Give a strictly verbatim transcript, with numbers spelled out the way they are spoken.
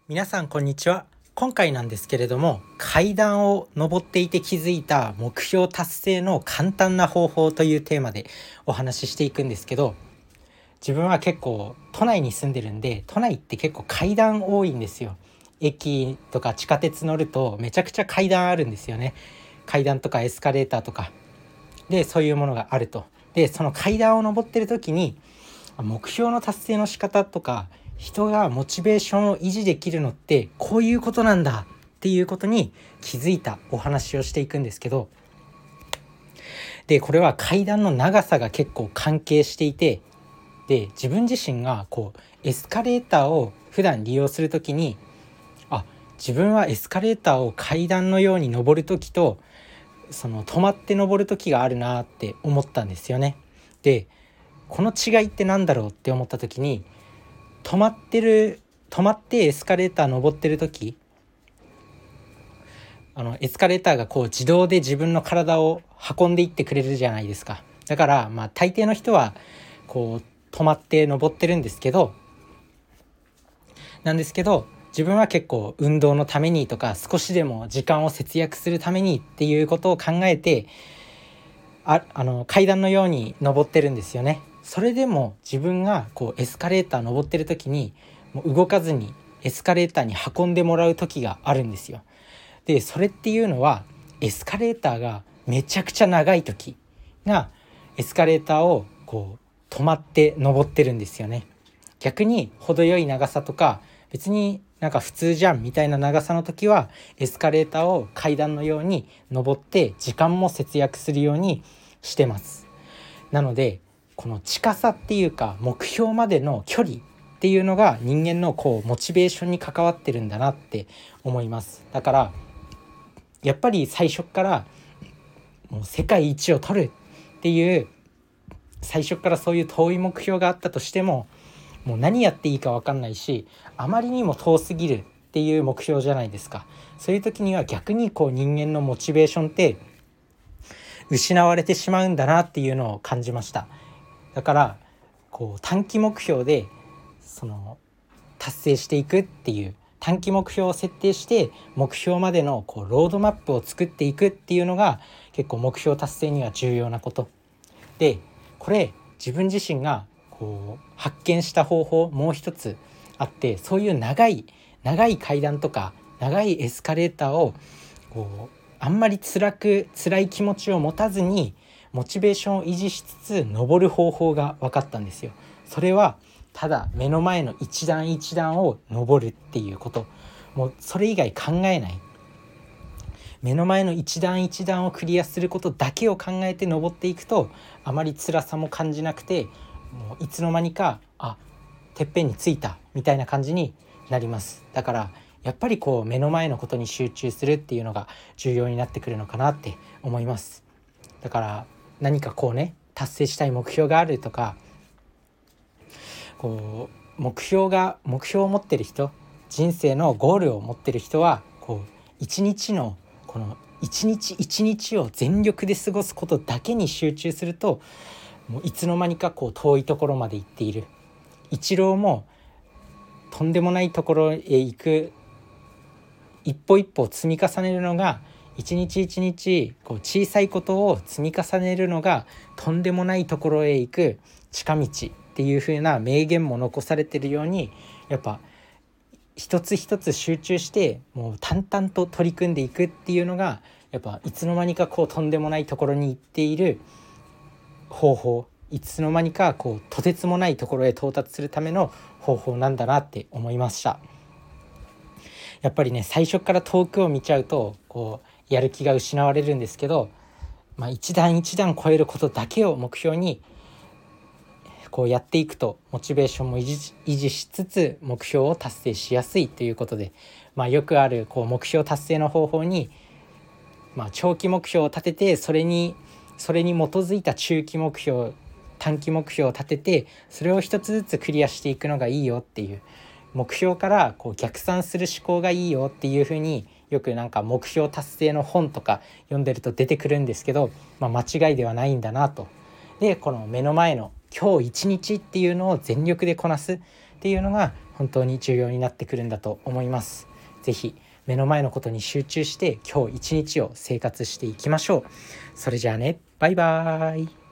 皆さんこんにちは。今回なんですけれども、階段を上っていて気づいた目標達成の簡単な方法というテーマでお話ししていくんですけど、自分は結構都内に住んでるんで、都内って結構階段多いんですよ。駅とか地下鉄乗るとめちゃくちゃ階段あるんですよね。階段とかエスカレーターとかで、そういうものがあると。でその階段を上ってる時に目標の達成の仕方とか、人がモチベーションを維持できるのってこういうことなんだっていうことに気づいたお話をしていくんですけど、でこれは階段の長さが結構関係していて、で自分自身がこうエスカレーターを普段利用するときに、あ自分はエスカレーターを階段のように登るときと、その止まって登るときがあるなって思ったんですよね。でこの違いってなんだろうって思った時に、止まってる止まってエスカレーター登ってる時、あのエスカレーターがこう自動で自分の体を運んでいってくれるじゃないですか。だからまあ大抵の人はこう止まって登ってるんですけどなんですけど自分は結構運動のためにとか、少しでも時間を節約するためにっていうことを考えて、ああの階段のように登ってるんですよね。それでも自分がこうエスカレーター登ってる時にもう動かずにエスカレーターに運んでもらう時があるんですよ。でそれっていうのは、エスカレーターがめちゃくちゃ長い時がエスカレーターをこう止まって登ってるんですよね。逆に程よい長さとか、別になんか普通じゃんみたいな長さの時はエスカレーターを階段のように登って時間も節約するようにしてます。なのでこの近さっていうか、目標までの距離っていうのが人間のこうモチベーションに関わってるんだなって思います。だからやっぱり最初からもう世界一を取るっていう、最初からそういう遠い目標があったとしても、もう何やっていいか分かんないし、あまりにも遠すぎるっていう目標じゃないですか。そういう時には逆にこう人間のモチベーションって失われてしまうんだなっていうのを感じました。だからこう短期目標でその達成していくっていう、短期目標を設定して目標までのこうロードマップを作っていくっていうのが結構目標達成には重要なことで、これ自分自身がこう発見した方法もう一つあって、そういう長い長い階段とか長いエスカレーターをこうあんまり辛く辛い気持ちを持たずにモチベーションを維持しつつ登る方法が分かったんですよ。それはただ目の前の一段一段を登るっていうこと、もうそれ以外考えない、目の前の一段一段をクリアすることだけを考えて登っていくと、あまり辛さも感じなくて、もういつの間にかあてっぺんに着いたみたいな感じになります。だからやっぱりこう目の前のことに集中するっていうのが重要になってくるのかなって思います。だから何かこうね、達成したい目標があるとか、こう目標が目標を持ってる人、人生のゴールを持ってる人はこう一日のこの一日一日を全力で過ごすことだけに集中すると、もういつの間にかこう遠いところまで行っている。イチローもとんでもないところへ行く一歩一歩を積み重ねるのが、一日一日こう小さいことを積み重ねるのがとんでもないところへ行く近道っていう風な名言も残されているように、やっぱ一つ一つ集中してもう淡々と取り組んでいくっていうのが、やっぱいつの間にかこうとんでもないところに行っている方法、いつの間にかこうとてつもないところへ到達するための方法なんだなって思いました。やっぱりね、最初から遠くを見ちゃうとこうやる気が失われるんですけど、まあ、一段一段超えることだけを目標にこうやっていくと、モチベーションも維持、維持しつつ目標を達成しやすいということで、まあ、よくあるこう目標達成の方法に、まあ、長期目標を立てて、それにそれに基づいた中期目標、短期目標を立てて、それを一つずつクリアしていくのがいいよっていう、目標からこう逆算する思考がいいよっていう風に、よくなんか目標達成の本とか読んでると出てくるんですけど、まあ、間違いではないんだなと。でこの目の前の今日一日っていうのを全力でこなすっっていうのが本当に重要になってくるんだと思います。ぜひ目の前のことに集中して今日一日を生活していきましょう。それじゃあね、バイバーイ。